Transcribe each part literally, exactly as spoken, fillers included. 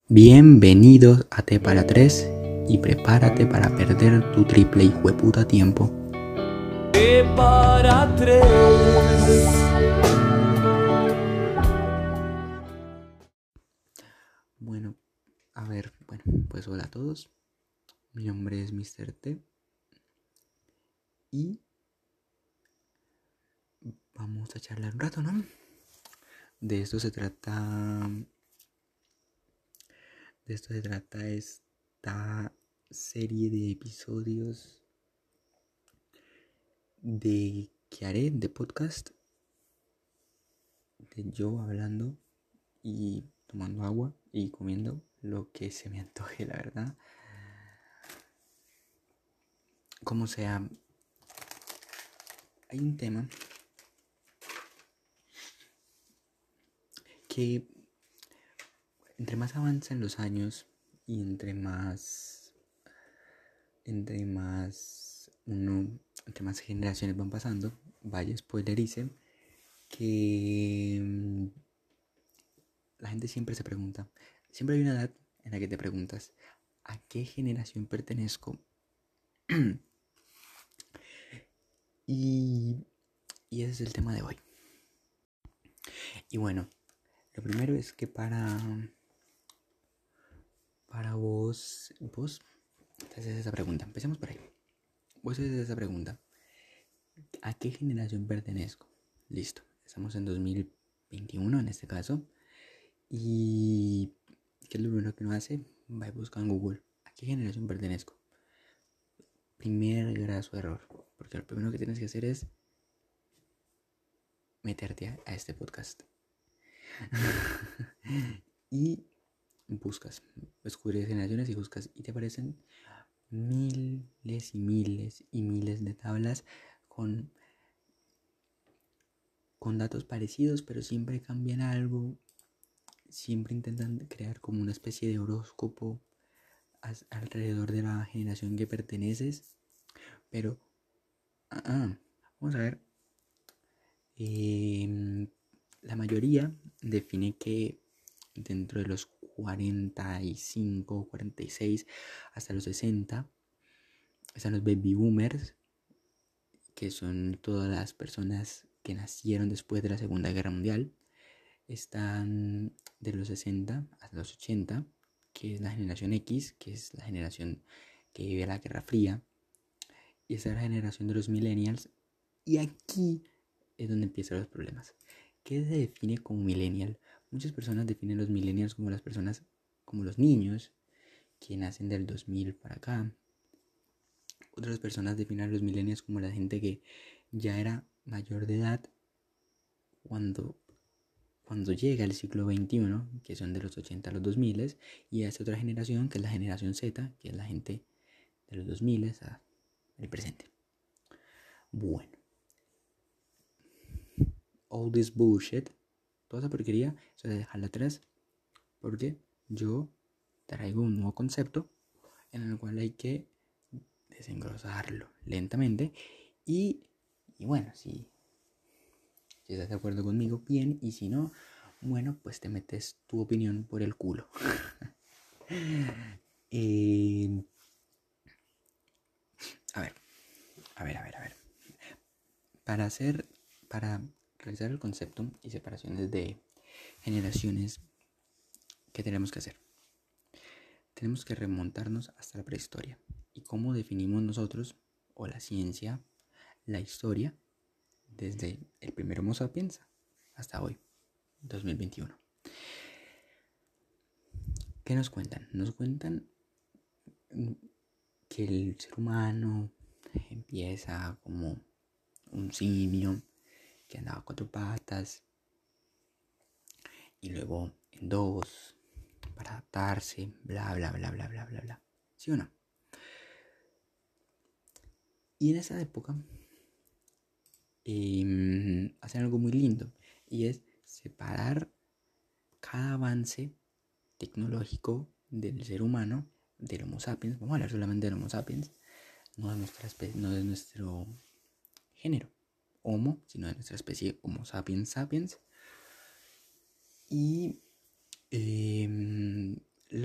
Bienvenidos a T para tres y prepárate para perder tu triple hijueputa tiempo. T para tres. Bueno, a ver, bueno, pues hola a todos. Mi nombre es mister T y vamos a charlar un rato, ¿no? De esto se trata. De esto se trata esta serie de episodios de que haré de podcast, de yo hablando y tomando agua y comiendo lo que se me antoje, la verdad. Como sea, hay un tema que entre más avanzan los años y entre más entre más uno entre más generaciones van pasando, vaya spoilerice, que mm, la gente siempre se pregunta, siempre hay una edad en la que te preguntas ¿a qué generación pertenezco? y, y ese es el tema de hoy. Y bueno, lo primero es que para para vos vos te haces esa pregunta. Empecemos por ahí. Vos haces esa pregunta. ¿A qué generación pertenezco? Listo. Estamos en dos mil veintiuno en este caso. Y ¿qué es lo primero que uno hace? Va y busca en Google. ¿A qué generación pertenezco? Primer graso error. Porque lo primero que tienes que hacer es meterte a, a este podcast. y buscas. Descubres generaciones y buscas. Y te aparecen miles y miles y miles de tablas con, con datos parecidos, pero siempre cambian algo. Siempre intentan crear como una especie de horóscopo as- alrededor de la generación que perteneces. Pero, ah, ah, vamos a ver. Eh, la mayoría define que dentro de los cuarenta y cinco, cuarenta y seis hasta los sesenta están los baby boomers, que son todas las personas que nacieron después de la Segunda Guerra Mundial. Están de los sesenta hasta los ochenta, que es la generación X, que es la generación que vive la Guerra Fría. Y esa es la generación de los millennials. Y aquí es donde empiezan los problemas. ¿Qué se define como millennial? Muchas personas definen los millennials como las personas, como los niños que nacen del dos mil para acá. Otras personas definen a los millennials como la gente que ya era mayor de edad cuando, cuando llega el siglo veintiuno, que son de los ochenta a los dos mil, y a esa otra generación, que es la generación Z, que es la gente de los dos mil a el presente. Bueno, all this bullshit, toda esa porquería, eso de dejarla atrás, porque yo traigo un nuevo concepto en el cual hay que desengrosarlo lentamente y, y bueno, si, si estás de acuerdo conmigo, bien, y si no, bueno, pues te metes tu opinión por el culo. eh, a ver, a ver, a ver, a ver. Para hacer, para realizar el concepto y separaciones de generaciones, ¿qué tenemos que hacer? Tenemos que remontarnos hasta la prehistoria. ¿Y cómo definimos nosotros, o la ciencia, la historia, desde el primer Homo sapiens hasta hoy, dos mil veintiuno? ¿Qué nos cuentan? Nos cuentan que el ser humano empieza como un simio que andaba a cuatro patas y luego en dos para adaptarse, bla, bla, bla, bla, bla, bla, bla. ¿Sí o no? Y en esa época eh, hacen algo muy lindo y es separar cada avance tecnológico del ser humano, del Homo sapiens. Vamos a hablar solamente del Homo sapiens, no de nuestra especie, no de nuestro género Homo, sino de nuestra especie Homo sapiens sapiens. Y eh,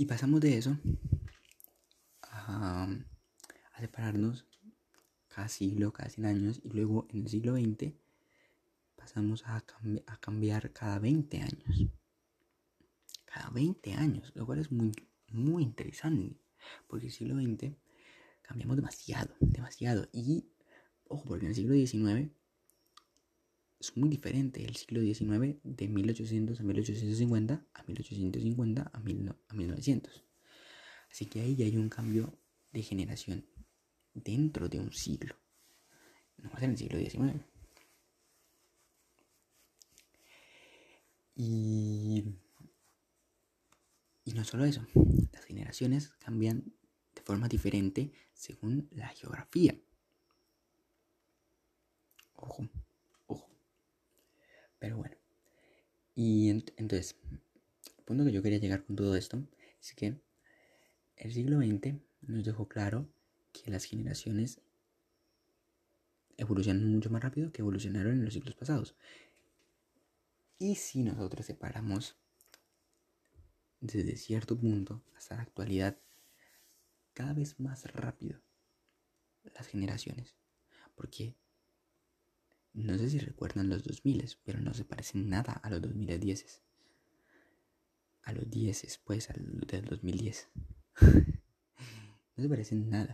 Y pasamos de eso a, a separarnos cada siglo, cada cien años, y luego en el siglo veinte pasamos a, cambi- a cambiar cada veinte años. Cada veinte años, lo cual es muy, muy interesante, porque el siglo veinte cambiamos demasiado, demasiado. Y, ojo, porque en el siglo diecinueve es muy diferente. El siglo diecinueve de mil ochocientos a mil ochocientos cincuenta, a mil ochocientos cincuenta a, mil, a mil novecientos. Así que ahí ya hay un cambio de generación dentro de un siglo. No va a ser en el siglo diecinueve. Y, y no solo eso, las generaciones cambian de forma diferente según la geografía. Ojo, ojo. Pero bueno. Y ent- entonces, el punto que yo quería llegar con todo esto es que el siglo veinte nos dejó claro que las generaciones evolucionan mucho más rápido que evolucionaron en los siglos pasados. Y si nosotros separamos desde cierto punto hasta la actualidad, cada vez más rápido las generaciones. Porque no sé si recuerdan los dos mil, pero no se parecen nada a los dos mil diez. A los diez, pues, a los del dos mil diez. No se parecen nada.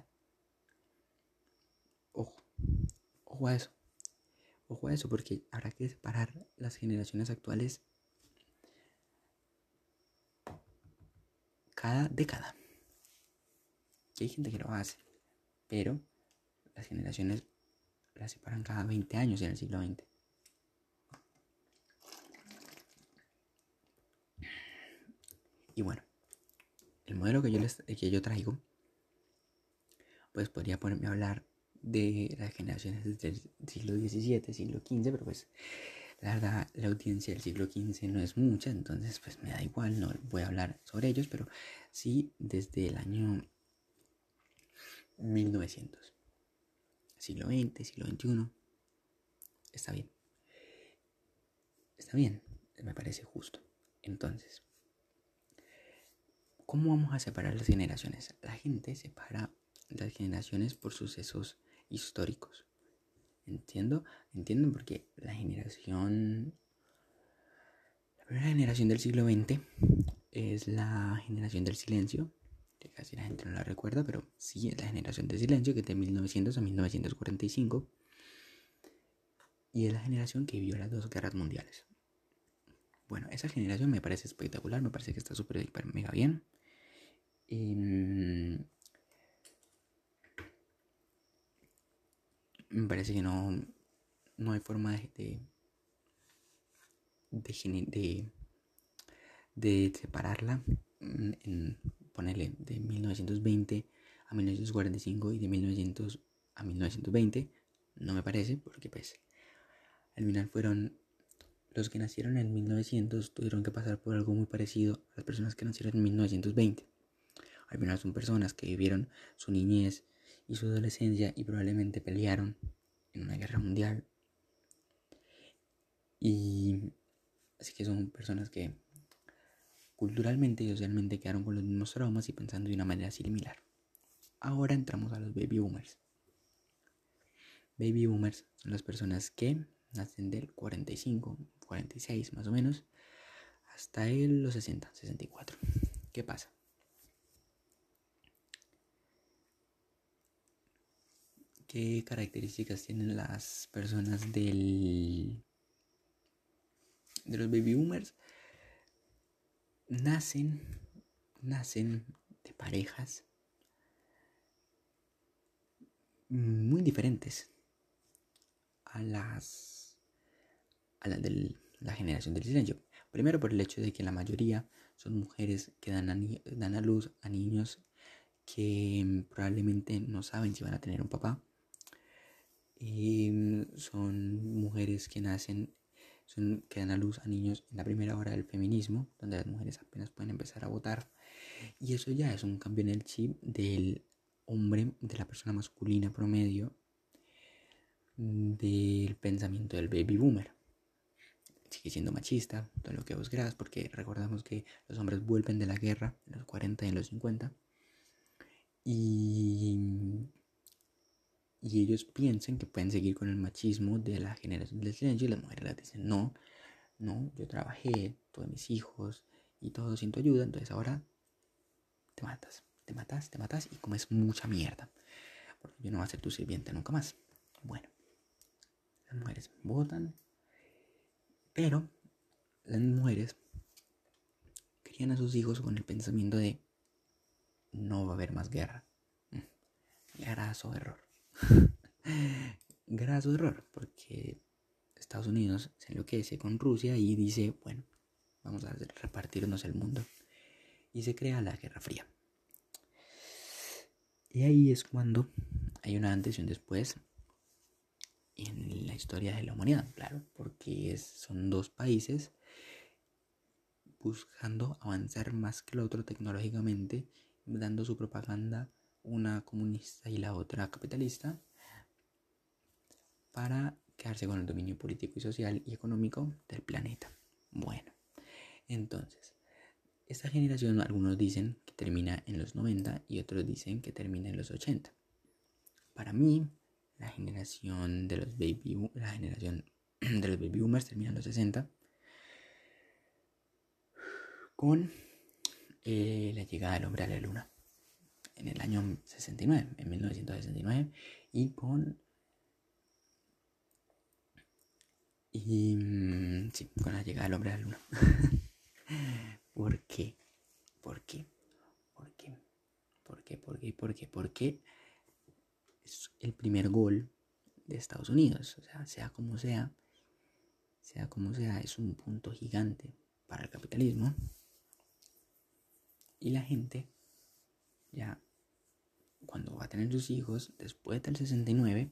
Ojo, ojo a eso. Ojo a eso, porque habrá que separar las generaciones actuales cada década. Que hay gente que lo hace, pero las generaciones las separan cada veinte años en el siglo veinte. Y bueno, el modelo que yo, les, que yo traigo, pues podría ponerme a hablar de las generaciones del siglo diecisiete, siglo quince, pero pues la verdad la audiencia del siglo quince no es mucha, entonces pues me da igual, no voy a hablar sobre ellos, pero sí desde el año mil novecientos, siglo veinte, siglo veintiuno, está bien, está bien, me parece justo. Entonces, ¿cómo vamos a separar las generaciones? La gente separa las generaciones por sucesos históricos. Entiendo, entiendo porque la generación, la primera generación del siglo veinte es la generación del silencio, que casi la gente no la recuerda, pero sí es la generación del silencio, que es de mil novecientos a mil novecientos cuarenta y cinco, y es la generación que vivió las dos guerras mundiales. Bueno, esa generación me parece espectacular, me parece que está súper, hiper, mega bien. Y, me parece que no, no hay forma de, de, de, de, de separarla en ponerle de mil novecientos veinte a mil novecientos cuarenta y cinco y de mil novecientos a mil novecientos veinte. No me parece, porque pues al final fueron los que nacieron en mil novecientos, tuvieron que pasar por algo muy parecido a las personas que nacieron en mil novecientos veinte. Al final son personas que vivieron su niñez y su adolescencia y probablemente pelearon en una guerra mundial. Y así que son personas que culturalmente y socialmente quedaron con los mismos traumas y pensando de una manera similar. Ahora entramos a los baby boomers. Baby boomers son las personas que nacen del cuarenta y cinco, cuarenta y seis más o menos, hasta el, los sesenta, sesenta y cuatro. ¿Qué pasa? ¿Qué características tienen las personas del, de los baby boomers? Nacen, nacen de parejas muy diferentes a las, a las de la generación del silencio. Primero por el hecho de que la mayoría son mujeres que dan a, ni- dan a luz a niños que probablemente no saben si van a tener un papá. Y son mujeres que nacen, son, que dan a luz a niños en la primera hora del feminismo, donde las mujeres apenas pueden empezar a votar. Y eso ya es un cambio en el chip del hombre, de la persona masculina promedio, del pensamiento del baby boomer. sigue siendo machista, todo lo que vos creas, porque recordamos que los hombres vuelven de la guerra en los cuarenta y en los cincuenta. Y, y ellos piensan que pueden seguir con el machismo de la generación del silencio y las mujeres les dicen, no, no, yo trabajé, tuve mis hijos y todo sin tu ayuda, entonces ahora te matas, te matas, te matas y comes mucha mierda, porque yo no voy a ser tu sirviente nunca más. Bueno, las mujeres votan, pero las mujeres crían a sus hijos con el pensamiento de no va a haber más guerra. Graso error. Graso error, porque Estados Unidos se enloquece con Rusia y dice, bueno, vamos a repartirnos el mundo. Y se crea la Guerra Fría. Y ahí es cuando hay una antes y un después en la historia de la humanidad, claro, porque es, son dos países buscando avanzar más que el otro tecnológicamente, dando su propaganda, una comunista y la otra capitalista, para quedarse con el dominio político y social y económico del planeta. Bueno, entonces, esta generación, algunos dicen que termina en los noventa y otros dicen que termina en los ochenta. Para mí, la generación de los baby, la generación de los baby boomers termina en los sesenta, con eh, la llegada del hombre a la luna en el año sesenta y nueve, en mil novecientos sesenta y nueve, y con y sí, con la llegada del hombre a la luna. ¿Por qué? ¿Por qué? ¿Por qué? ¿Por qué? ¿Por qué? ¿Por qué? Porque es el primer gol de Estados Unidos, o sea, sea como sea, sea como sea, es un punto gigante para el capitalismo. Y la gente ya cuando va a tener sus hijos después del sesenta y nueve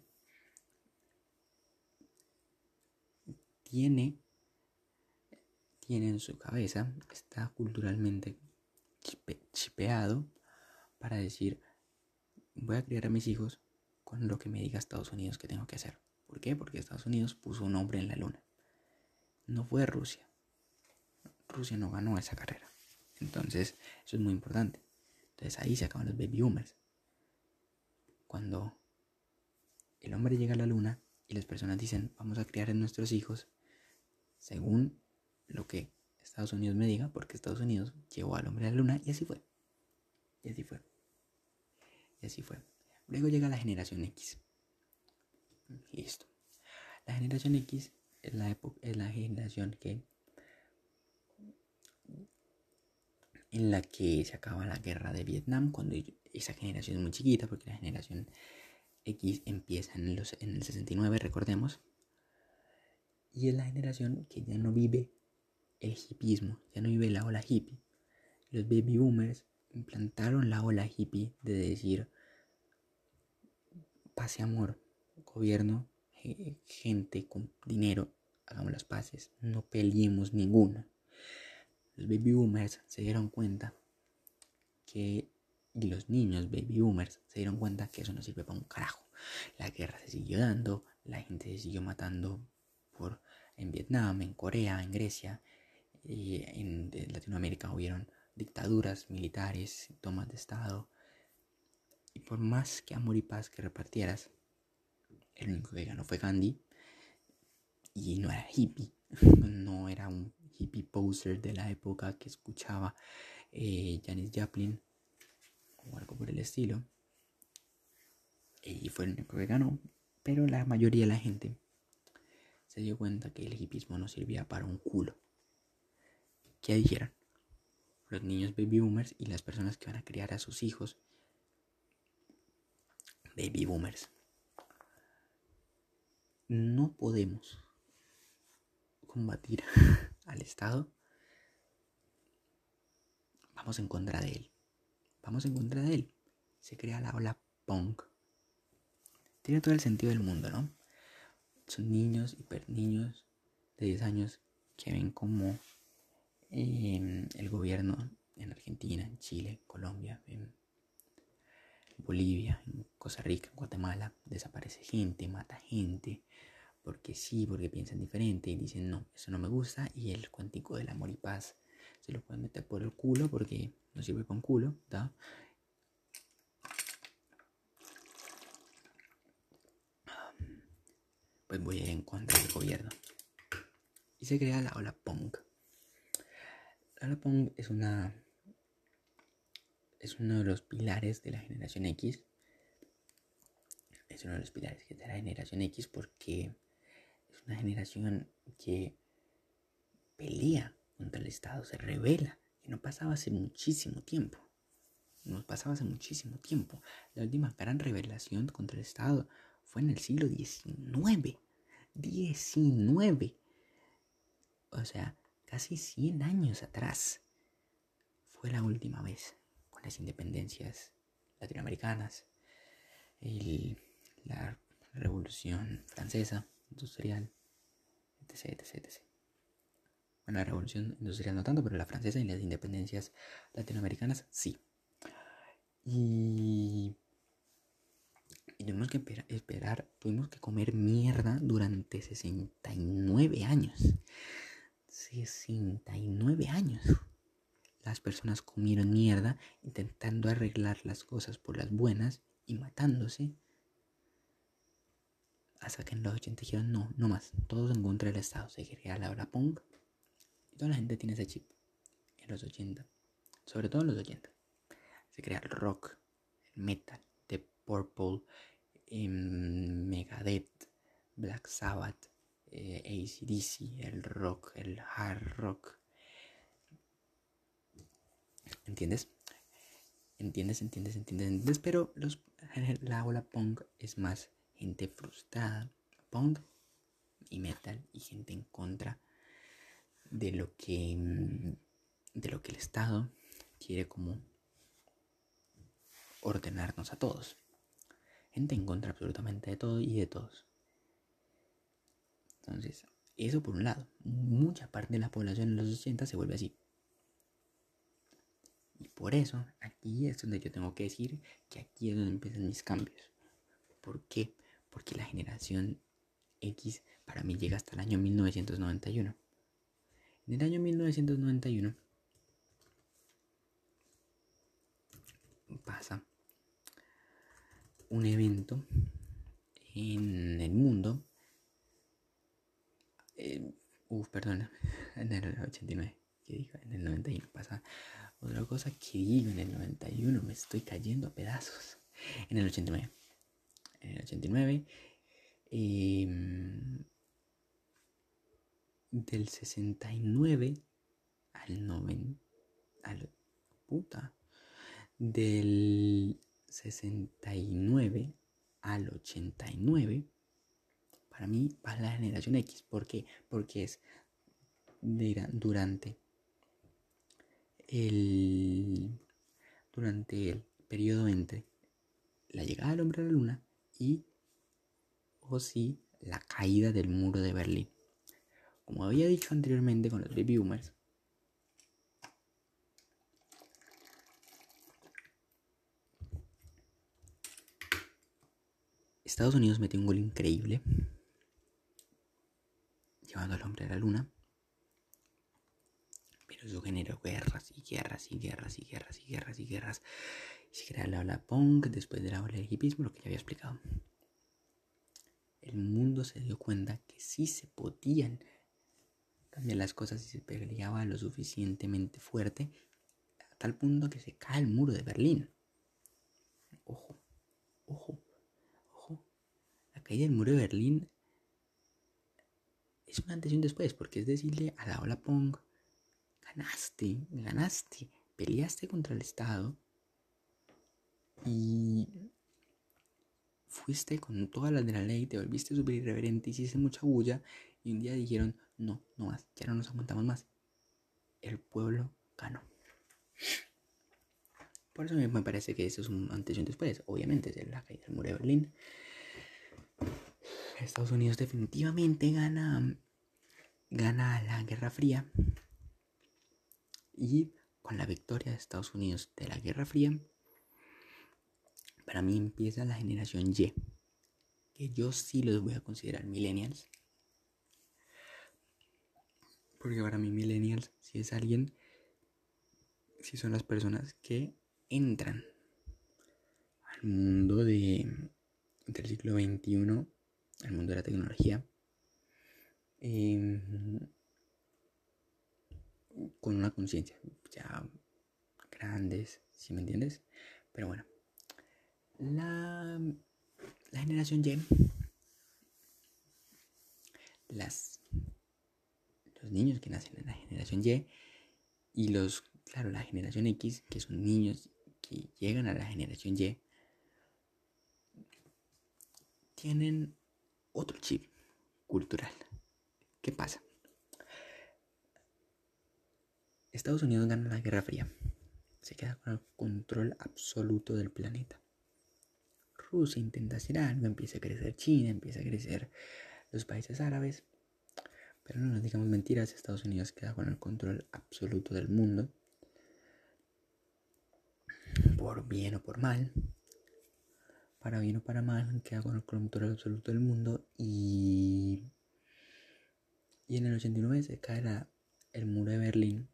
tiene tiene en su cabeza, está culturalmente chipe, chipeado para decir, voy a criar a mis hijos con lo que me diga Estados Unidos que tengo que hacer. ¿Por qué? Porque Estados Unidos puso un hombre en la luna. No fue Rusia. Rusia no ganó esa carrera. Entonces, eso es muy importante. Entonces ahí se acaban los baby boomers. Cuando el hombre llega a la luna y las personas dicen, vamos a criar a nuestros hijos según lo que Estados Unidos me diga, porque Estados Unidos llevó al hombre a la luna y así fue. Y así fue. Y así fue. Luego llega la generación X. Listo. La generación X es la, época, es la generación que en la que se acaba la guerra de Vietnam, cuando esa generación es muy chiquita, porque la generación X empieza en, los, en el sesenta y nueve, recordemos, y es la generación que ya no vive el hippismo, ya no vive la ola hippie. Los baby boomers implantaron la ola hippie de decir paz y amor, gobierno, gente con dinero, hagamos las paces, no peleemos ninguna. Los baby boomers se dieron cuenta que, y los niños baby boomers se dieron cuenta que eso no sirve para un carajo. La guerra se siguió dando, la gente se siguió matando por, en Vietnam, en Corea, en Grecia, y en Latinoamérica hubieron dictaduras militares, tomas de estado, y por más que amor y paz que repartieras, el único que ganó fue Gandhi, y no era hippie, no era un hippie poser de la época que escuchaba eh, Janis Joplin o algo por el estilo, y fue el único que ganó. Pero la mayoría de la gente se dio cuenta que el hippismo no servía para un culo. ¿Qué dijeron? Los niños baby boomers y las personas que van a criar a sus hijos baby boomers. No podemos combatir al Estado. Vamos en contra de él. Vamos en contra de él. Se crea la ola punk. Tiene todo el sentido del mundo, ¿no? Son niños, hiper niños de diez años que ven como eh, el gobierno en Argentina, en Chile, Colombia, en Bolivia, en Costa Rica, en Guatemala, desaparece gente, mata gente, porque sí, porque piensan diferente y dicen no, eso no me gusta, y el cuentico del amor y paz se lo pueden meter por el culo porque no sirve con culo, ¿da? Pues voy a ir en contra del gobierno. Y se crea la ola punk. La ola punk es una es uno de los pilares de la generación X. Es uno de los pilares de la generación X porque es una generación que pelea contra el Estado, se rebela, y no pasaba hace muchísimo tiempo. No pasaba hace muchísimo tiempo. La última gran revelación contra el Estado fue en el siglo diecinueve. diecinueve. O sea, casi cien años atrás. Fue la última vez con las independencias latinoamericanas, el, la Revolución Francesa, Industrial, etc, etc, etc. Bueno, la Revolución Industrial no tanto, pero la francesa y las independencias latinoamericanas sí. Y, y tuvimos que esperar, esperar, tuvimos que comer mierda durante sesenta y nueve años. sesenta y nueve años. Las personas comieron mierda intentando arreglar las cosas por las buenas y matándose. Hasta que en los ochenta dijeron no, no más. Todos en contra del Estado. Se crea la ola punk. Y toda la gente tiene ese chip. En los ochenta. Sobre todo en los ochenta. Se crea el rock, el metal, The Purple, eh, Megadeth, Black Sabbath, eh, A C D C, el rock, el hard rock. ¿Entiendes? ¿Entiendes? ¿Entiendes? ¿Entiendes? ¿Entiendes? Pero los, la ola punk es más gente frustrada, punk y metal, y gente en contra de lo que de lo que el Estado quiere como ordenarnos a todos. Gente en contra absolutamente de todo y de todos. Entonces, eso por un lado. Mucha parte de la población en los ochenta se vuelve así. Y por eso, aquí es donde yo tengo que decir que aquí es donde empiezan mis cambios. ¿Por qué? Porque la generación X para mí llega hasta el año mil novecientos noventa y uno. En el año mil novecientos noventa y uno pasa un evento en el mundo. Eh, uf, perdón, en el ochenta y nueve. ¿Qué digo? En el noventa y uno pasa otra cosa que digo. En el noventa y uno me estoy cayendo a pedazos. En el ochenta y nueve. En el ochenta y nueve. Eh, del sesenta y nueve al noventa. Al, puta. Del sesenta y nueve al ochenta y nueve. Para mí va la generación X. ¿Por qué? Porque es durante el durante el periodo entre la llegada del hombre a la luna y o sí la caída del muro de Berlín. Como había dicho anteriormente con los baby boomers, Estados Unidos metió un gol increíble llevando al hombre a la luna, pero eso generó guerras y guerras y guerras y guerras y guerras y guerras. Y se crea la ola punk después de la ola del hipismo, lo que ya había explicado. El mundo se dio cuenta que sí se podían cambiar las cosas si se peleaba lo suficientemente fuerte, a tal punto que se cae el muro de Berlín. Ojo, ojo, ojo. La caída del muro de Berlín es un antes y un después, porque es decirle a la ola punk: ganaste, ganaste, peleaste contra el Estado y fuiste con todas las de la ley, te volviste súper irreverente, hiciste mucha bulla, y un día dijeron no, no más, ya no nos aguantamos más. El pueblo ganó. Por eso me parece que eso es un antes y un después. Obviamente es la caída del muro de Berlín. Estados Unidos definitivamente gana gana la Guerra Fría, y con la victoria de Estados Unidos de la Guerra Fría, para mí empieza la generación Y, que yo sí los voy a considerar millennials, Porque para mí millennials si es alguien, si son las personas que entran al mundo de, del siglo veintiuno, al mundo de la tecnología, eh, con una conciencia ya grandes, ¿sí me entiendes? Pero bueno, la, la generación Y, las, los niños que nacen en la generación Y y los, claro, la generación X, que son niños que llegan a la generación Y, tienen otro chip cultural. ¿Qué pasa? Estados Unidos gana la Guerra Fría. Se queda con el control absoluto del planeta. Rusia intenta hacer algo, empieza a crecer China, empieza a crecer los países árabes. Pero no nos digamos mentiras, Estados Unidos queda con el control absoluto del mundo. Por bien o por mal. Para bien o para mal, queda con el control absoluto del mundo. Y, y en el ochenta y nueve se cae la, el muro de Berlín.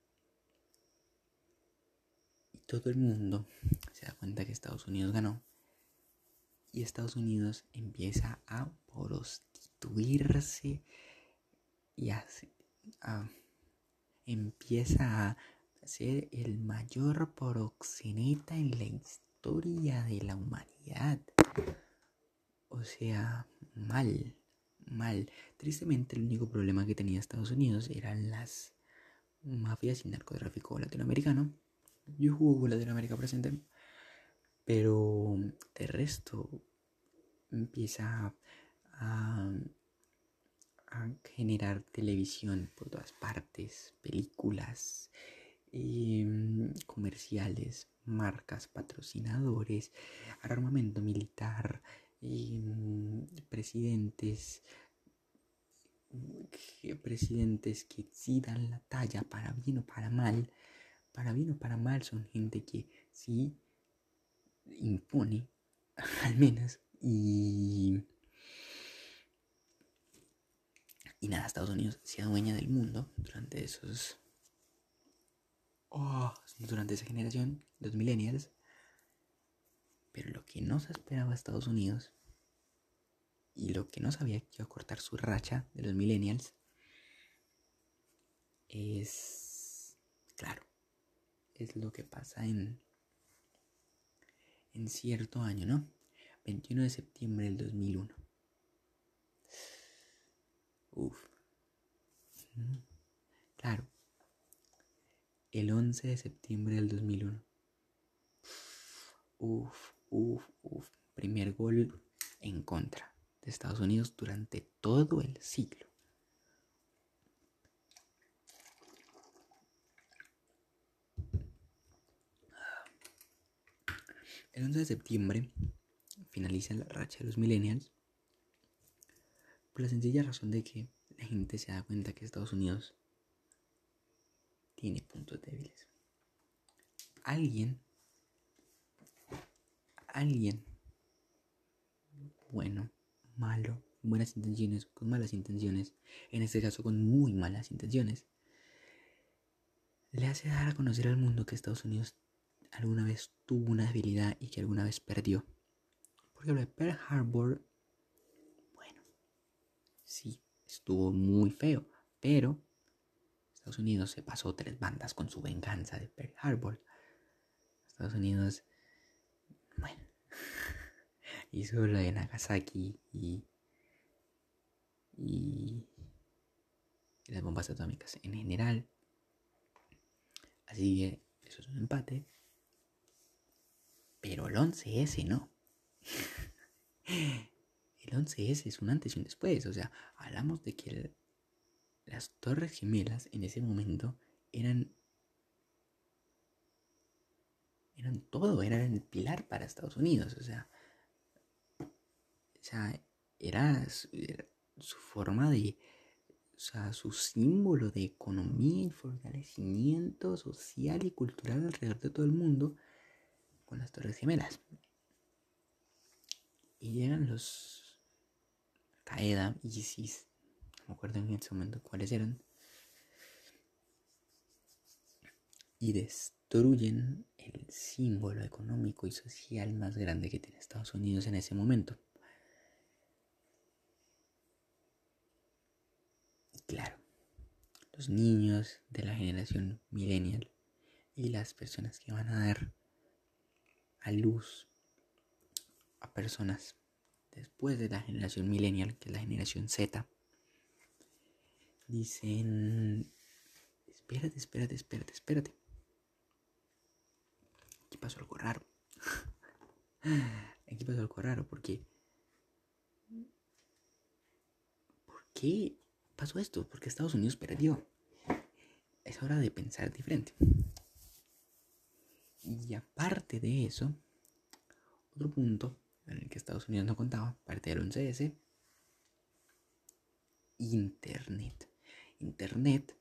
Y todo el mundo se da cuenta que Estados Unidos ganó. Y Estados Unidos empieza a prostituirse y hace, a, empieza a ser el mayor proxeneta en la historia de la humanidad. O sea, mal, mal. Tristemente el único problema que tenía Estados Unidos eran las mafias y narcotráfico latinoamericano. Yo juego Latinoamérica presente. Pero de resto empieza a, a generar televisión por todas partes, películas, eh, comerciales, marcas, patrocinadores, armamento militar, eh, presidentes, eh, presidentes que sí dan la talla para bien o para mal. Para bien o para mal son gente que sí impone, al menos, y... Y nada, Estados Unidos se adueña del mundo durante esos... Oh, durante esa generación, los millennials. Pero lo que no se esperaba a Estados Unidos y lo que no sabía que iba a cortar su racha de los millennials es... Claro, es lo que pasa en... En cierto año, ¿no? veintiuno de septiembre del dos mil uno. Uf. Claro. El once de septiembre del dos mil uno. Uf, uf, uf. Primer gol en contra de Estados Unidos durante todo el siglo. El once de septiembre finaliza la racha de los millennials por la sencilla razón de que la gente se da cuenta que Estados Unidos tiene puntos débiles. Alguien, alguien, bueno, malo, buenas intenciones, con malas intenciones, en este caso con muy malas intenciones, le hace dar a conocer al mundo que Estados Unidos alguna vez tuvo una debilidad y que alguna vez perdió. Porque lo de Pearl Harbor, bueno, sí, estuvo muy feo, pero Estados Unidos se pasó tres bandas con su venganza de Pearl Harbor. Estados Unidos, bueno, hizo lo de Nagasaki y, y, y las bombas atómicas en general. Así que eso es un empate. Pero el once ese no. El once ese es un antes y un después. O sea, hablamos de que el, las Torres Gemelas en ese momento eran eran todo, eran el pilar para Estados Unidos. O sea, o sea era, su, era su forma de, o sea, su símbolo de economía y fortalecimiento social y cultural alrededor de todo el mundo con las Torres Gemelas. Y llegan los Al-Qaeda, ISIS, no me acuerdo en ese momento cuáles eran. y destruyen el símbolo económico y social más grande que tiene Estados Unidos en ese momento. Y claro, los niños de la generación millennial y las personas que van a dar a luz a personas después de la generación millennial, que es la generación Z, dicen, espérate, espérate, espérate, espérate. Aquí pasó algo raro. Aquí pasó algo raro porque... ¿Por qué pasó esto? Porque Estados Unidos perdió. Es hora de pensar diferente. Y aparte de eso, otro punto en el que Estados Unidos no contaba, parte del once ese, Internet. Internet,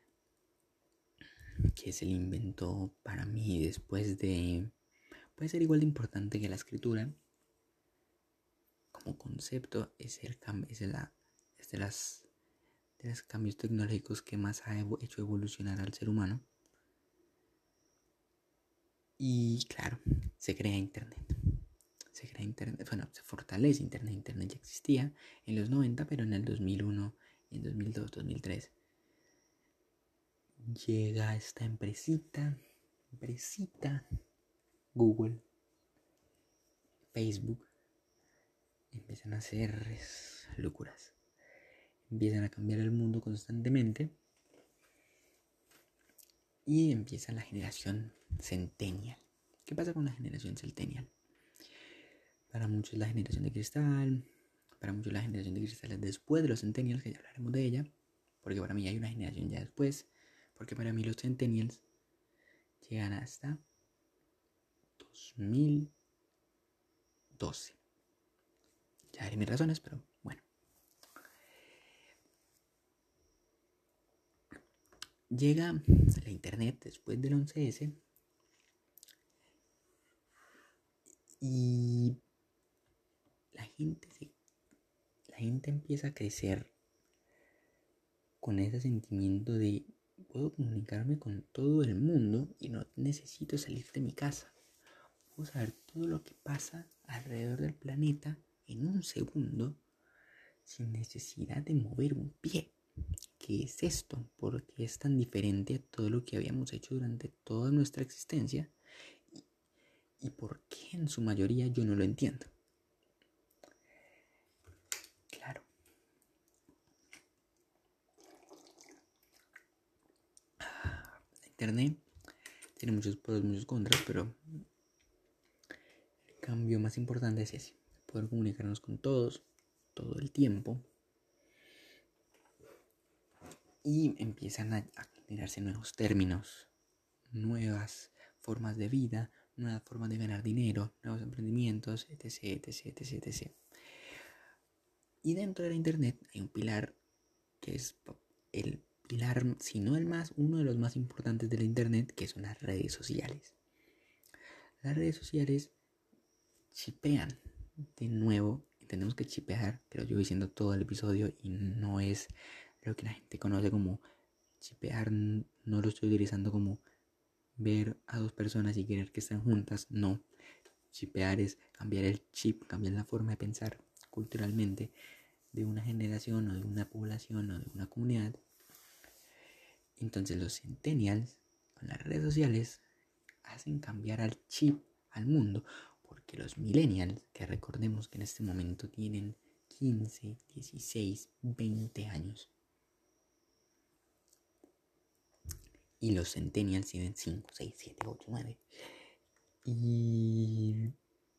que se le inventó para mí después de... Puede ser igual de importante que la escritura. Como concepto, es, el cam- es, la, es de, las, de los cambios tecnológicos que más ha evo- hecho evolucionar al ser humano. Y claro, se crea Internet. Se crea Internet, bueno, se fortalece Internet. Internet ya existía en los noventa, pero en el dos mil uno y en dos mil dos, dos mil tres llega esta empresita, empresita, Google, Facebook, empiezan a hacer locuras. Empiezan a cambiar el mundo constantemente y empieza la generación Centennial. ¿Qué pasa con la generación Centennial? Para muchos la generación de cristal, para muchos la generación de cristal es después de los Centennials, que ya hablaremos de ella, porque para mí hay una generación ya después, porque para mí los Centennials llegan hasta dos mil doce. Ya haré mis razones, pero bueno. Llega la internet después del once ese y la gente se, la gente empieza a crecer con ese sentimiento de puedo comunicarme con todo el mundo y no necesito salir de mi casa. Puedo saber todo lo que pasa alrededor del planeta en un segundo sin necesidad de mover un pie. ¿Qué es esto? ¿Por qué es tan diferente a todo lo que habíamos hecho durante toda nuestra existencia? ¿Y, y por qué en su mayoría yo no lo entiendo? Claro. Internet tiene muchos pros, muchos contras, pero el cambio más importante es ese: poder comunicarnos con todos, todo el tiempo. Y empiezan a, a generarse nuevos términos, nuevas formas de vida, nuevas formas de ganar dinero, nuevos emprendimientos, etc, etc, etc, etc. Y dentro de la internet hay un pilar que es el pilar, si no el más, uno de los más importantes de la internet, que son las redes sociales. Las redes sociales chipean. De nuevo, tenemos que chipear, pero yo voy diciendo todo el episodio y no es lo que la gente conoce como chipear. No lo estoy utilizando como ver a dos personas y querer que estén juntas. No, chipear es cambiar el chip, cambiar la forma de pensar culturalmente de una generación o de una población o de una comunidad. Entonces los centennials con las redes sociales hacen cambiar al chip al mundo, porque los millennials, que recordemos que en este momento tienen quince, dieciséis, veinte años, y los centennials tienen cinco, seis, siete, ocho, nueve, y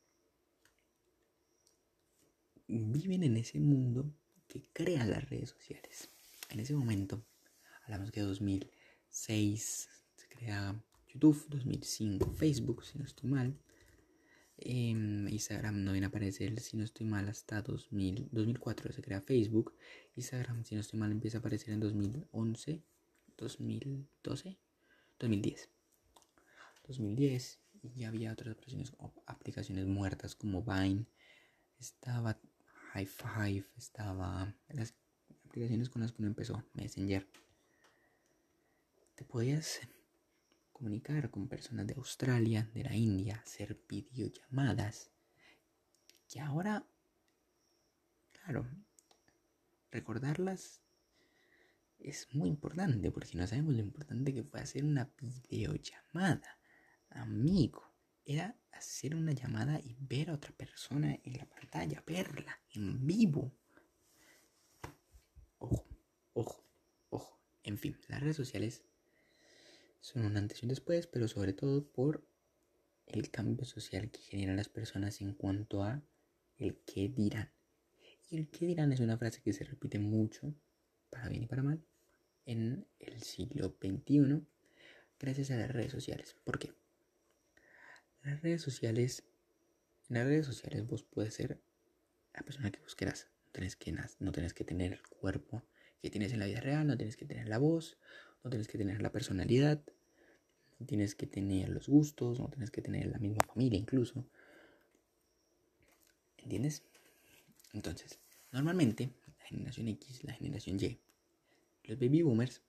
viven en ese mundo que crea las redes sociales. En ese momento, hablamos que dos mil seis se crea YouTube, dos mil cinco Facebook, si no estoy mal. Eh, Instagram no viene a aparecer, si no estoy mal, hasta dos mil, dos mil cuatro se crea Facebook. Instagram, si no estoy mal, empieza a aparecer en dos mil once, dos mil doce, dos mil diez. dos mil diez, y había otras aplicaciones, aplicaciones muertas como Vine, estaba High Five, estaba las aplicaciones con las que uno empezó, Messenger. Te podías comunicar con personas de Australia, de la India, hacer videollamadas. Que ahora, claro, recordarlas es muy importante, porque no sabemos lo importante que fue hacer una videollamada. Amigo, era hacer una llamada y ver a otra persona en la pantalla, verla en vivo. Ojo, ojo, ojo. En fin, las redes sociales son un antes y un después, pero sobre todo por el cambio social que generan las personas en cuanto a el qué dirán. Y el qué dirán es una frase que se repite mucho, para bien y para mal, en el siglo veintiuno, gracias a las redes sociales. ¿Por qué? Las redes sociales, en las redes sociales vos puedes ser la persona que vos quieras. No tienes que, no tienes que tener el cuerpo que tienes en la vida real, no tienes que tener la voz, no tienes que tener la personalidad, no tienes que tener los gustos, no tienes que tener la misma familia incluso. ¿Entiendes? Entonces, normalmente la generación X, la generación Y, los baby boomers,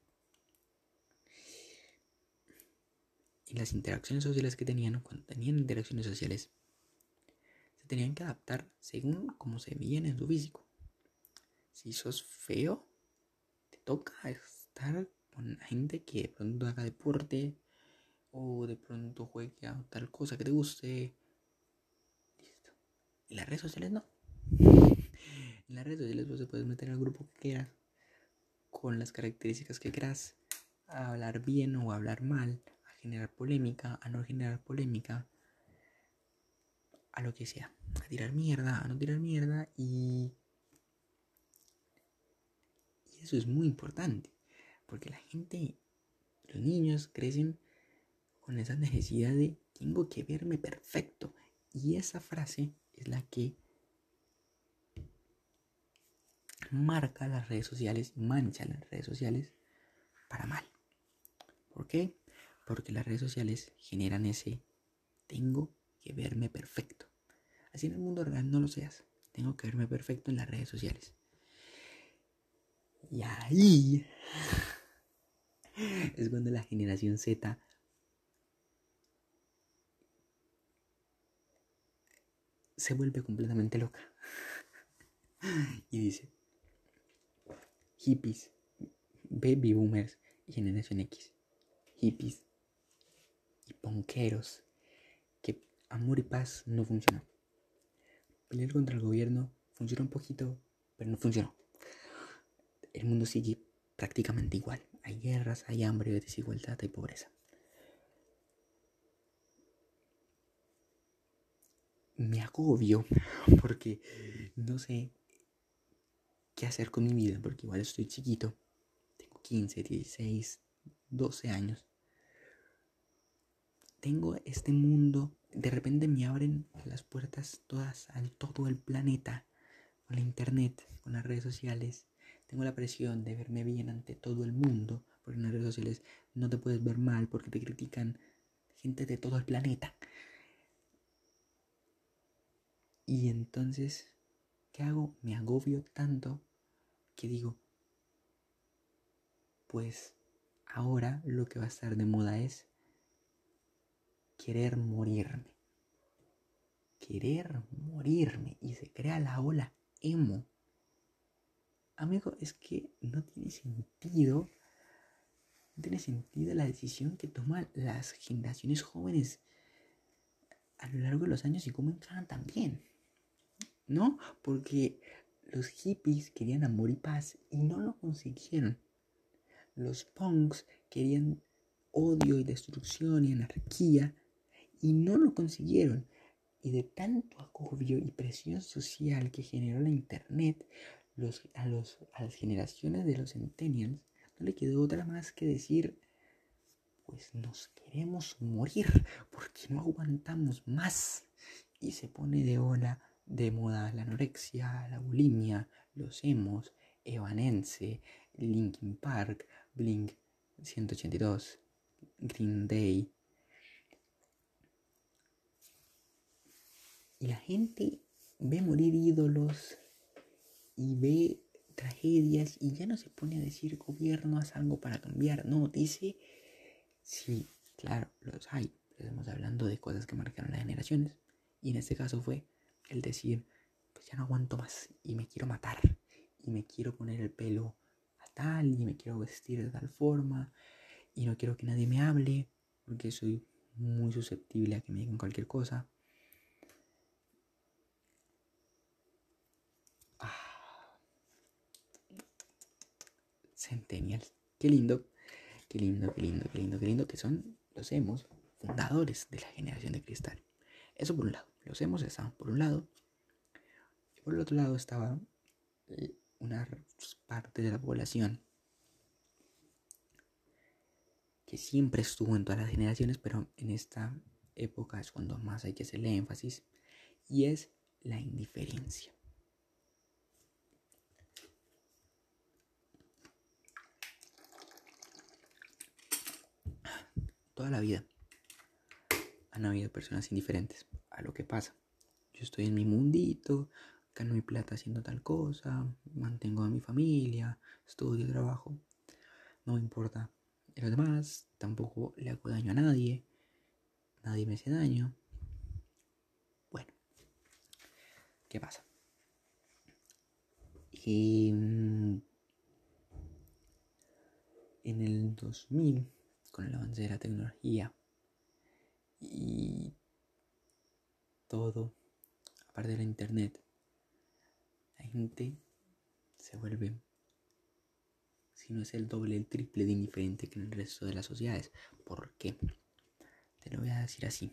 y las interacciones sociales que tenían, cuando tenían interacciones sociales, se tenían que adaptar según cómo se veían en su físico. Si sos feo, te toca estar con gente que de pronto haga deporte o de pronto juegue a tal cosa que te guste. Listo. Y las redes sociales no. En las redes sociales vos te puedes meter al grupo que quieras, con las características que quieras, a hablar bien o a hablar mal, a generar polémica, a no generar polémica, a lo que sea, a tirar mierda, a no tirar mierda, y, y eso es muy importante, porque la gente, los niños crecen con esa necesidad de tengo que verme perfecto, y esa frase es la que marca las redes sociales, mancha las redes sociales para mal. ¿Por qué? Porque las redes sociales generan ese tengo que verme perfecto. Así en el mundo real no lo seas. Tengo que verme perfecto en las redes sociales. Y ahí es cuando la generación Z se vuelve completamente loca. Y dice, hippies, baby boomers y generación X. Hippies y ponqueros. Que amor y paz no funcionó. Pelear contra el gobierno funcionó un poquito, pero no funcionó. El mundo sigue prácticamente igual. Hay guerras, hay hambre, hay desigualdad, hay pobreza. Me agobio porque no sé qué hacer con mi vida, porque igual estoy chiquito. Tengo quince, dieciséis, doce años. Tengo este mundo, de repente me abren las puertas todas a todo el planeta, con la internet, con las redes sociales. Tengo la presión de verme bien ante todo el mundo, porque en las redes sociales no te puedes ver mal porque te critican gente de todo el planeta. Y entonces, ¿qué hago? Me agobio tanto que digo, pues ahora lo que va a estar de moda es querer morirme. Querer morirme. Y se crea la ola emo. Amigo, es que no tiene sentido. No tiene sentido la decisión que toman las generaciones jóvenes a lo largo de los años y cómo entraban también. ¿No? Porque los hippies querían amor y paz y no lo consiguieron. Los punks querían odio y destrucción y anarquía y no lo consiguieron. Y de tanto agobio y presión social que generó la internet, los, a, los, a las generaciones de los centennials no le quedó otra más que decir, pues nos queremos morir porque no aguantamos más. Y se pone de ola, de moda la anorexia, la bulimia, los emos, Evanescence, Linkin Park, Blink ciento ochenta y dos, Green Day. Y la gente ve morir ídolos y ve tragedias y ya no se pone a decir gobierno haz algo para cambiar. No, dice, si Claro, los hay, pero estamos hablando de cosas que marcaron las generaciones. Y en este caso fue el decir, pues ya no aguanto más y me quiero matar. Y me quiero poner el pelo a tal y me quiero vestir de tal forma. Y no quiero que nadie me hable porque soy muy susceptible a que me digan cualquier cosa. Ah, Centennials. Qué lindo, qué lindo, qué lindo, qué lindo, qué lindo que son los emos fundadores de la generación de cristal. Eso por un lado. Los emos estaban por un lado. Y por el otro lado estaba una parte de la población que siempre estuvo en todas las generaciones, pero en esta época es cuando más hay que hacerle énfasis, y es la indiferencia. Toda la vida han habido personas indiferentes a lo que pasa. Yo estoy en mi mundito, gano mi plata haciendo tal cosa, mantengo a mi familia, estudio, trabajo, no me importa de los demás, tampoco le hago daño a nadie, nadie me hace daño. Bueno, ¿qué pasa? Y en el dos mil, con el avance de la tecnología y todo, aparte de la internet, la gente se vuelve, si no es el doble, el triple de indiferente que en el resto de las sociedades. ¿Por qué? Te lo voy a decir así.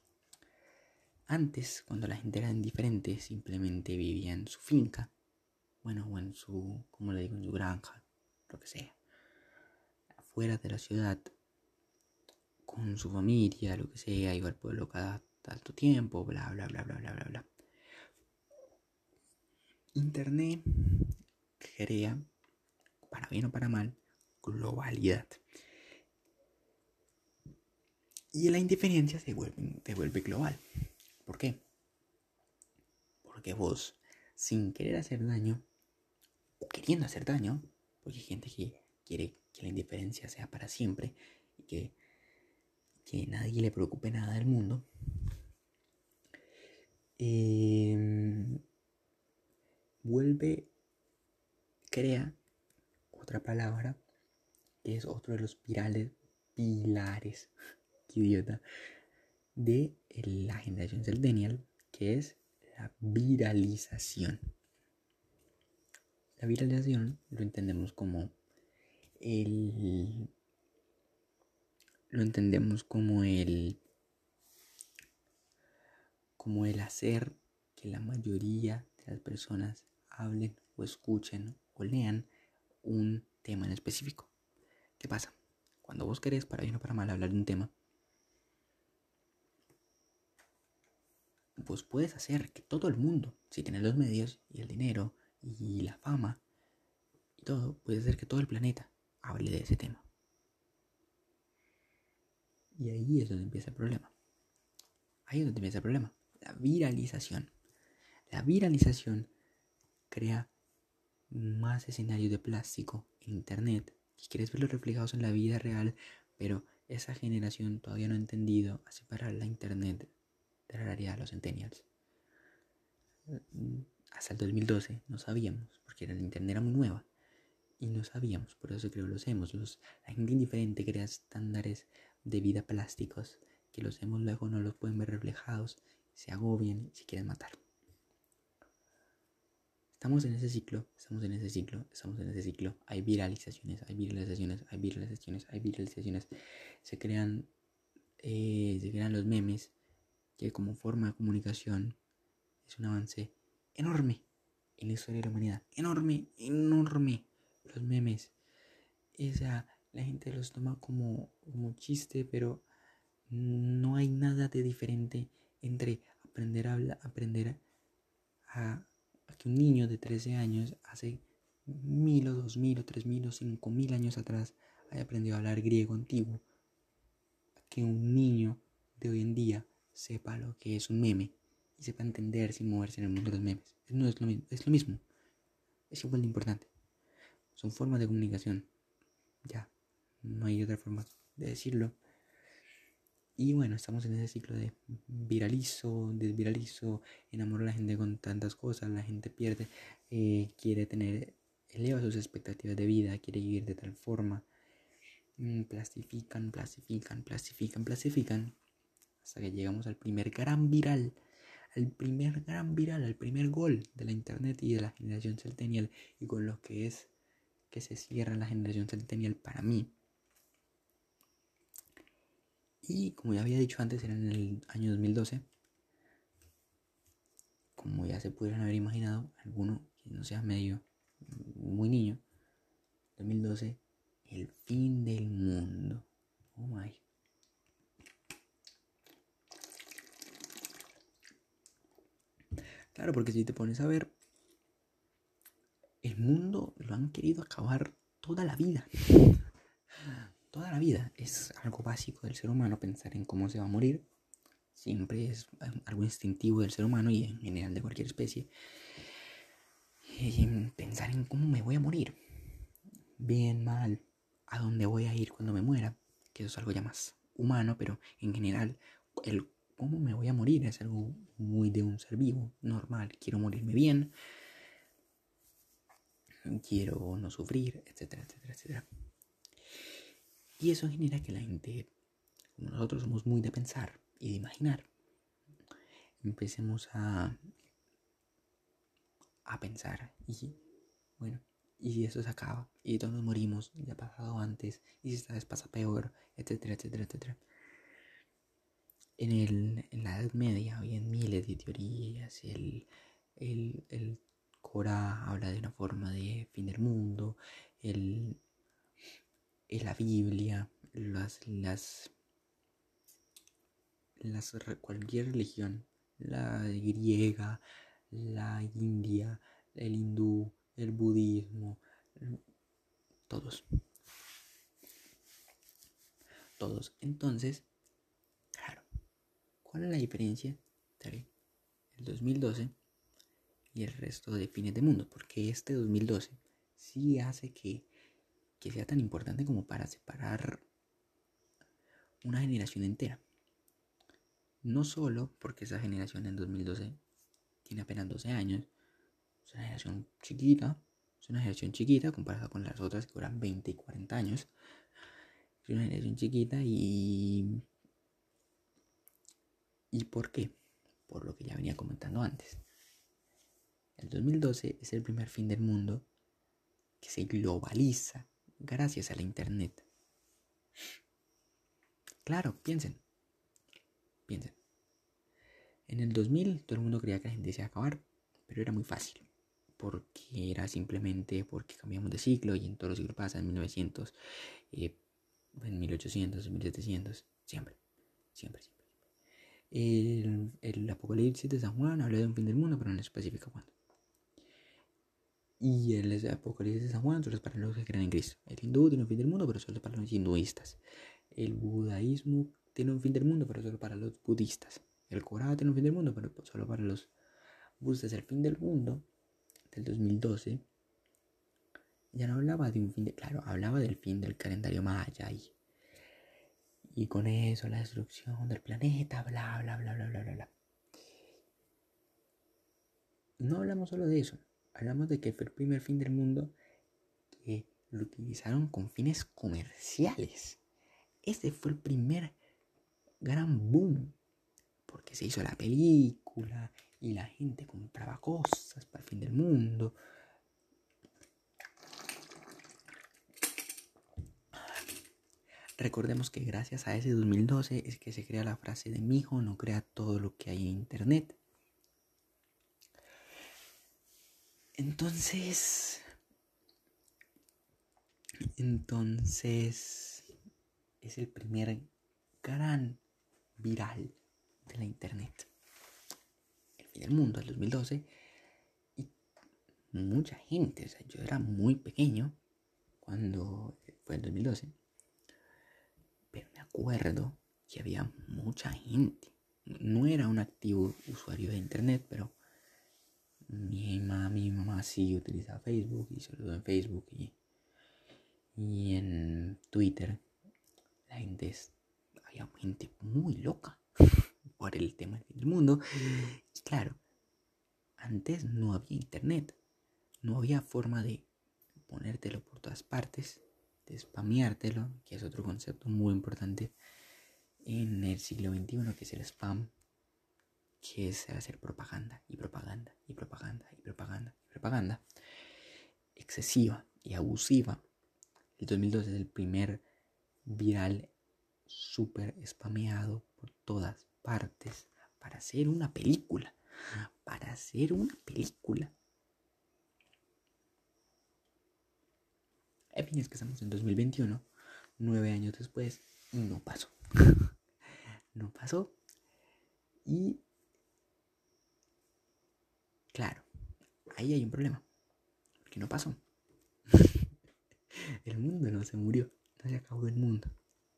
Antes, cuando la gente era indiferente, simplemente vivía en su finca, bueno, o en su, como le digo, en su granja, lo que sea, afuera de la ciudad, con su familia, lo que sea, iba al pueblo cada tanto tiempo, bla, bla, bla, bla, bla, bla, bla. Internet crea, para bien o para mal, globalidad. Y la indiferencia se vuelve, se vuelve global. ¿Por qué? Porque vos, sin querer hacer daño, o queriendo hacer daño, porque hay gente que quiere que la indiferencia sea para siempre y que, que nadie le preocupe nada del mundo, eh, vuelve, crea otra palabra que es otro de los pirales, pilares, qué idiota, de la generación centennial, que es la viralización. La viralización lo entendemos como el lo entendemos como el como el hacer que la mayoría de las personas hablen o escuchen o lean un tema en específico. ¿Qué pasa? Cuando vos querés, para bien o para mal, hablar de un tema, pues puedes hacer que todo el mundo, si tienes los medios y el dinero y la fama y todo, puedes hacer que todo el planeta hable de ese tema. Y ahí es donde empieza el problema. Ahí es donde empieza el problema. La viralización. La viralización crea más escenarios de plástico en internet que quieres verlos reflejados en la vida real, pero esa generación todavía no ha entendido a separar la internet de la realidad de los centennials. Hasta el dos mil doce no sabíamos, porque la internet era muy nueva y no sabíamos, por eso creo los emos, los, la gente indiferente crea estándares de vida plásticos que los emos luego no los pueden ver reflejados, se agobian y se quieren matar. Estamos en ese ciclo, estamos en ese ciclo, estamos en ese ciclo. Hay viralizaciones, hay viralizaciones, hay viralizaciones, hay viralizaciones. Se crean, eh, se crean los memes, que como forma de comunicación es un avance enorme en la historia de la humanidad. Enorme, enorme. Los memes. Esa, la gente los toma como, como chiste, pero no hay nada de diferente entre aprender a hablar, aprender a, a que un niño de trece años hace mil o dos mil o tres mil o cinco mil años atrás haya aprendido a hablar griego antiguo, a que un niño de hoy en día sepa lo que es un meme y sepa entenderse y moverse en el mundo de los memes. No es lo mismo, es lo mismo, es igual de importante. Son formas de comunicación, ya, no hay otra forma de decirlo. Y bueno, estamos en ese ciclo de viralizo, desviralizo, enamoro a la gente con tantas cosas, la gente pierde, eh, quiere tener, eleva sus expectativas de vida, quiere vivir de tal forma, mm, plastifican, plastifican, plastifican, plastifican, hasta que llegamos al primer gran viral, al primer gran viral, al primer gol de la internet y de la generación centennial, y con lo que es que se cierra la generación centennial para mí. Y como ya había dicho antes, era en el año dos mil doce. Como ya se pudieron haber imaginado, alguno que no sea medio muy niño, dos mil doce, el fin del mundo. Oh my. Claro, porque si te pones a ver, el mundo lo han querido acabar toda la vida. Toda la vida. Es algo básico del ser humano pensar en cómo se va a morir. Siempre es algo instintivo del ser humano y en general de cualquier especie. Y pensar en cómo me voy a morir. Bien, mal, a dónde voy a ir cuando me muera. Que eso es algo ya más humano, pero en general el cómo me voy a morir es algo muy de un ser vivo, normal. Quiero morirme bien, quiero no sufrir, etcétera, etcétera, etcétera. Y eso genera que la gente, como nosotros somos muy de pensar y de imaginar, empecemos a, a pensar y bueno, y si eso se acaba y todos nos morimos, ya ha pasado antes, y si esta vez pasa peor, etcétera, etcétera, etcétera. En, el, en la Edad Media había miles de teorías. El, el, el Corán habla de una forma de fin del mundo. El, el, la Biblia, las, las, las, cualquier religión, la griega, la india, el hindú, el budismo, todos. Todos. Entonces, claro, ¿cuál es la diferencia entre el dos mil doce y el resto de fines de mundo? Porque este dos mil doce sí hace que, que sea tan importante como para separar una generación entera. No solo porque esa generación en dos mil doce tiene apenas doce años, es una generación chiquita, es una generación chiquita comparada con las otras que duran veinte y cuarenta años. Es una generación chiquita y... ¿Y por qué? Por lo que ya venía comentando antes. El dos mil doce es el primer fin del mundo que se globaliza gracias a la internet. Claro, piensen, piensen. En el dos mil todo el mundo creía que la gente se iba a acabar, pero era muy fácil, porque era simplemente porque cambiamos de ciclo y en todos los siglos pasa, en mil novecientos, eh, en mil ochocientos, en mil setecientos, siempre, siempre, siempre. El, el Apocalipsis de San Juan habla de un fin del mundo, pero no especifica cuándo. Y el Apocalipsis de San Juan solo es para los que creen en Cristo. El hindú tiene un fin del mundo, pero solo es para los hinduistas. El budaísmo tiene un fin del mundo, pero solo para los budistas. El Corán tiene un fin del mundo, pero solo para los budistas. El fin del mundo del dos mil doce ya no hablaba de un fin de... Claro, hablaba del fin del calendario maya y, y con eso la destrucción del planeta, bla, bla, bla, bla, bla, bla, bla. No hablamos solo de eso. Hablamos de que fue el primer fin del mundo que lo utilizaron con fines comerciales. Este fue el primer gran boom, porque se hizo la película y la gente compraba cosas para el fin del mundo. Recordemos que gracias a ese dos mil doce es que se crea la frase de mijo, no crea todo lo que hay en internet. Entonces, entonces es el primer gran viral de la internet. El fin del mundo, el dos mil doce. Y mucha gente, o sea, yo era muy pequeño cuando fue el dos mil doce. Pero me acuerdo que había mucha gente. No era un activo usuario de internet, pero mi mamá, mi mamá sí utilizaba Facebook y sobre todo en Facebook y, y en Twitter. La gente es, había gente muy loca por el tema del fin del mundo. Y claro, antes no había internet, no había forma de ponértelo por todas partes, de spameártelo, que es otro concepto muy importante en el siglo veintiuno, que es el spam, que es hacer propaganda y propaganda y propaganda y propaganda y propaganda excesiva y abusiva. El dos mil dos es el primer viral súper spameado por todas partes para hacer una película, para hacer una película. En fin, es que estamos en dos mil veintiuno, nueve años después, y no pasó. No pasó. Y claro, ahí hay un problema, porque no pasó. El mundo no se murió, no se acabó el mundo.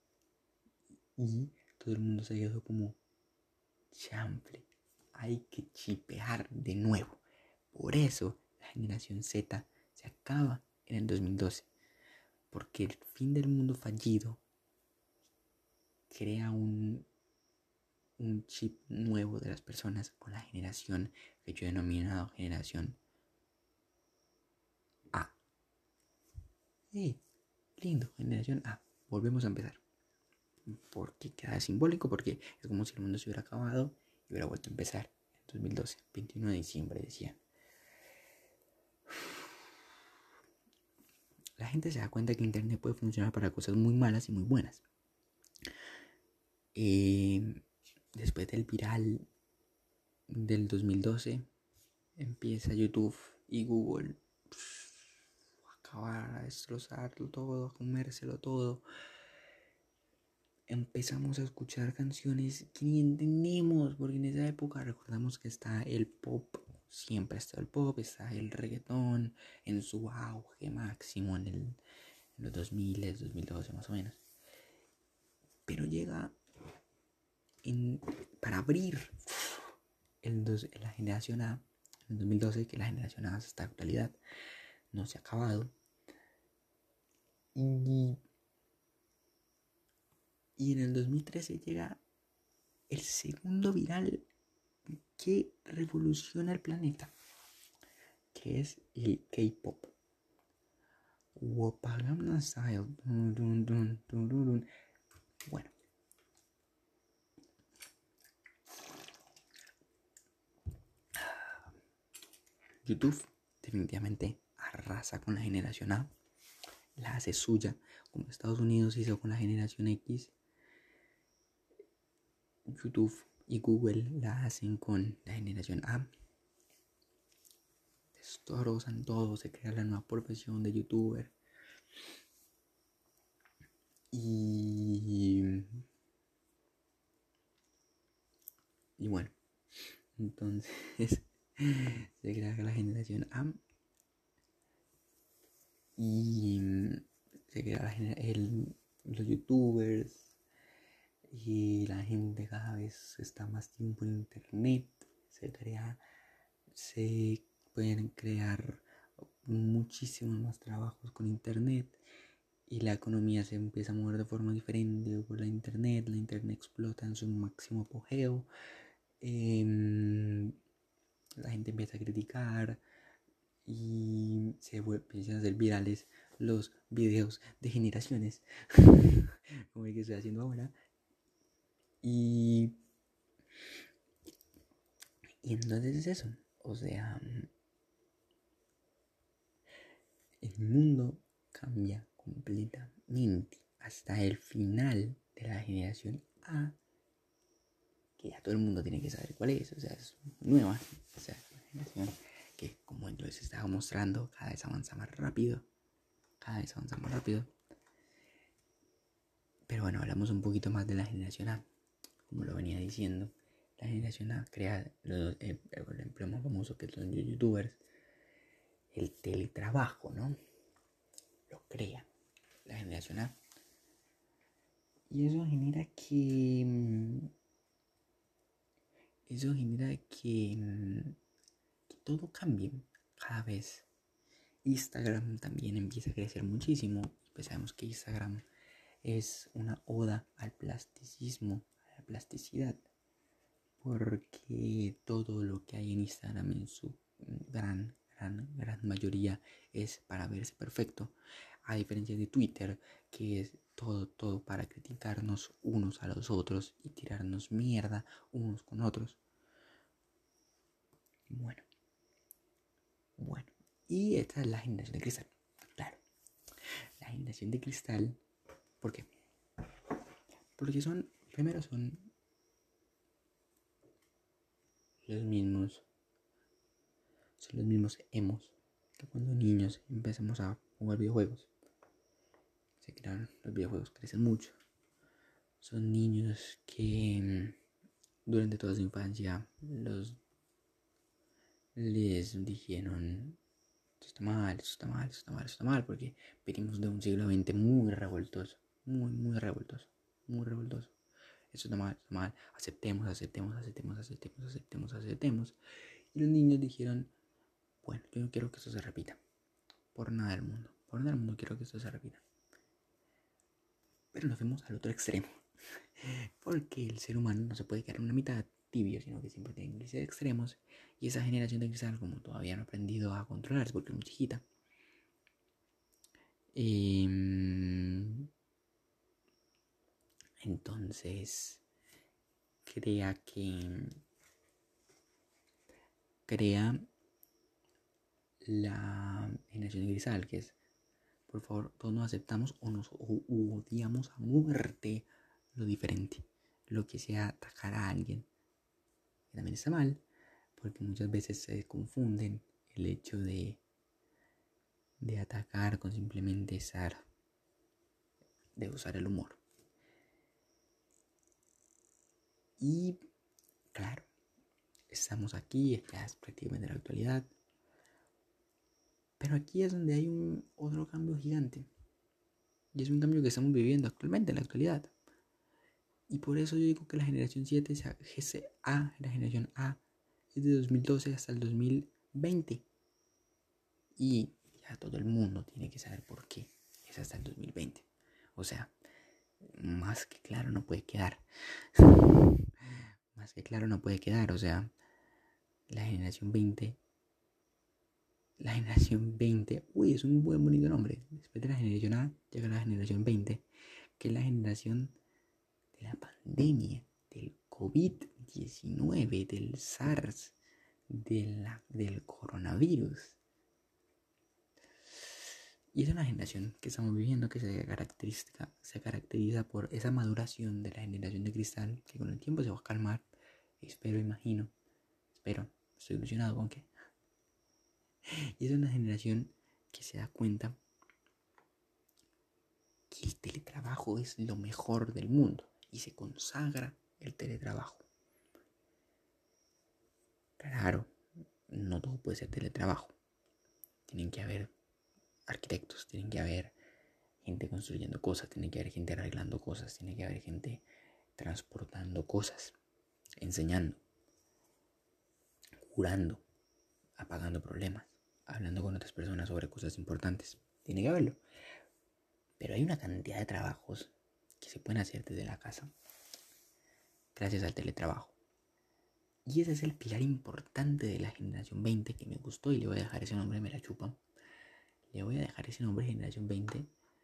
Y todo el mundo se quedó como, chample, hay que chipear de nuevo. Por eso la generación Z se acaba en el dos mil doce. Porque el fin del mundo fallido crea un, un chip nuevo de las personas con la generación que yo he denominado generación A. ¡Eh! Lindo, generación A. Volvemos a empezar. Porque queda simbólico, porque es como si el mundo se hubiera acabado y hubiera vuelto a empezar en dos mil doce, veintiuno de diciembre, decía. La gente se da cuenta que internet puede funcionar para cosas muy malas y muy buenas. Eh, después del viral del dos mil doce, empieza YouTube y Google pff, a acabar, a destrozarlo todo, a comérselo todo. Empezamos a escuchar canciones que ni entendemos, porque en esa época recordamos que está el pop, siempre está el pop, está el reggaetón en su auge máximo en, el, en los dos mil, dos mil doce más o menos. Pero llega en, para abrir el dos, la generación A, en dos mil doce, que la generación A hasta la actualidad no se ha acabado. Y, y en el dos mil trece llega el segundo viral que revoluciona el planeta, que es el K-pop. Gangnam Style. Bueno, YouTube definitivamente arrasa con la generación A, la hace suya, como Estados Unidos hizo con la generación X. YouTube y Google la hacen con la generación A. Destrozan todo, se crea la nueva profesión de youtuber. Y... Y bueno, entonces se crea la generación A. Y se crea la gener- el, los youtubers. Y la gente cada vez está más tiempo en internet. Se crea... Se pueden crear muchísimos más trabajos con internet. Y la economía se empieza a mover de forma diferente por la internet. La internet explota en su máximo apogeo. Eh, la gente empieza a criticar y se empiezan a hacer virales los videos de generaciones, como el que estoy haciendo ahora. Y, y entonces es eso. O sea, el mundo cambia completamente hasta el final de la generación A, que ya todo el mundo tiene que saber cuál es. O sea, es nueva. O sea, es una generación que, como yo les estaba mostrando, cada vez avanza más rápido. Cada vez avanza más rápido. Pero bueno, hablamos un poquito más de la generación A. Como lo venía diciendo, la generación A crea los, eh, el empleo más famoso, que son los youtubers. El teletrabajo, ¿no? Lo crea la generación A. Y eso genera que... Eso genera que, que todo cambie cada vez. Instagram también empieza a crecer muchísimo. Pues sabemos que Instagram es una oda al plasticismo, a la plasticidad, porque todo lo que hay en Instagram en su gran, gran, gran mayoría es para verse perfecto, a diferencia de Twitter, que es todo, todo para criticarnos unos a los otros y tirarnos mierda unos con otros. Bueno, bueno, y esta es la generación de cristal, claro, la generación de cristal, ¿por qué? Porque son, primero son los mismos, son los mismos emos que cuando niños empezamos a jugar videojuegos. Se crearon los videojuegos, crecen mucho. Son niños que durante toda su infancia los les dijeron esto está mal, esto está mal, esto está mal, esto está mal, porque venimos de un siglo veinte muy revoltoso, muy, muy revoltoso, muy revoltoso. Esto está mal, está mal, aceptemos, aceptemos, aceptemos, aceptemos, aceptemos, aceptemos. Y los niños dijeron, bueno, yo no quiero que esto se repita, por nada del mundo, por nada del mundo quiero que esto se repita. Pero nos vemos al otro extremo, porque el ser humano no se puede quedar en una mitad tibio, sino que siempre tienen que ser extremos. Y esa generación de cristal, como todavía no ha aprendido a controlarse porque es muy chiquita, eh, entonces crea que crea la generación de cristal, que es, por favor, todos nos aceptamos o nos o odiamos a muerte lo diferente, lo que sea atacar a alguien, que también está mal, porque muchas veces se confunden el hecho de de atacar con simplemente estar, de usar el humor. Y claro, estamos aquí, ya es prácticamente la actualidad, pero aquí es donde hay un otro cambio gigante, y es un cambio que estamos viviendo actualmente en la actualidad. Y por eso yo digo que la generación siete, G C A, la generación A, es de dos mil doce hasta el dos mil veinte. Y ya todo el mundo tiene que saber por qué es hasta el dos mil veinte. O sea, más que claro no puede quedar. Más que claro no puede quedar. O sea, la generación veinte. La generación veinte. Uy, es un buen bonito nombre. Después de la generación A llega la generación veinte, que es la generación de la pandemia, del covid diecinueve, del SARS, de la, del coronavirus. Y es una generación que estamos viviendo que se caracteriza, se caracteriza por esa maduración de la generación de cristal, que con el tiempo se va a calmar. Espero, imagino, espero, estoy ilusionado con que. Y es una generación que se da cuenta que el teletrabajo es lo mejor del mundo y se consagra el teletrabajo. Claro, no todo puede ser teletrabajo. Tienen que haber arquitectos, tienen que haber gente construyendo cosas, tiene que haber gente arreglando cosas, tiene que haber gente transportando cosas, enseñando, curando, apagando problemas, hablando con otras personas sobre cosas importantes. Tiene que haberlo. Pero hay una cantidad de trabajos que se pueden hacer desde la casa gracias al teletrabajo. Y ese es el pilar importante de la generación veinte que me gustó y le voy a dejar ese nombre, me la chupa. Le voy a dejar ese nombre, generación veinte.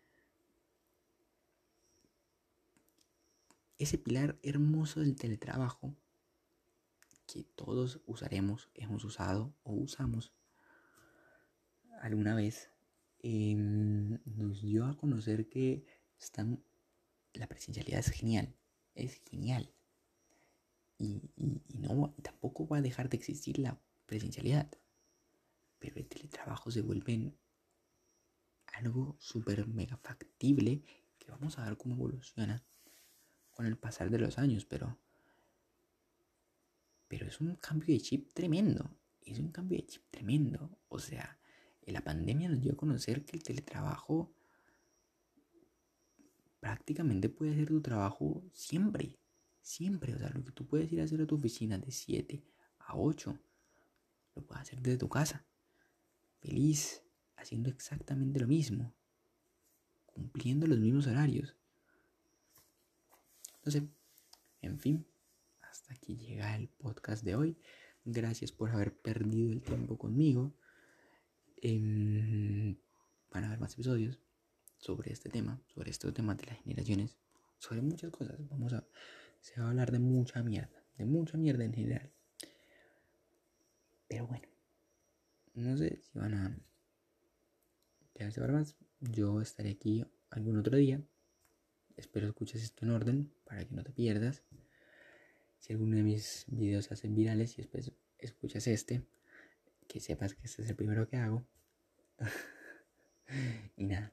Ese pilar hermoso del teletrabajo que todos usaremos, hemos usado o usamos alguna vez, eh, nos dio a conocer que están, la presencialidad es genial, es genial. Y, y, y no, tampoco va a dejar de existir la presencialidad. Pero el teletrabajo se vuelve algo súper mega factible que vamos a ver cómo evoluciona con el pasar de los años, pero pero es un cambio de chip tremendo, es un cambio de chip tremendo, o sea, la pandemia nos dio a conocer que el teletrabajo prácticamente puede ser tu trabajo siempre, siempre, o sea, lo que tú puedes ir a hacer a tu oficina de siete a ocho, lo puedes hacer desde tu casa, feliz, haciendo exactamente lo mismo, cumpliendo los mismos horarios. No sé, en fin, hasta aquí llega el podcast de hoy. Gracias por haber perdido el tiempo conmigo. Eh, van a haber más episodios sobre este tema, sobre estos temas de las generaciones, sobre muchas cosas. Vamos a, se va a hablar de mucha mierda, de mucha mierda en general. Pero bueno, no sé si van a quedarse para más. Yo estaré aquí algún otro día. Espero escuches esto en orden para que no te pierdas. Si alguno de mis videos se hacen virales y después escuchas este, que sepas que este es el primero que hago. Y nada.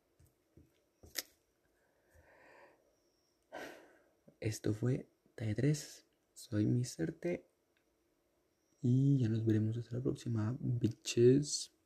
Esto fue T tres. Soy mister T. Y ya nos veremos hasta la próxima, bitches.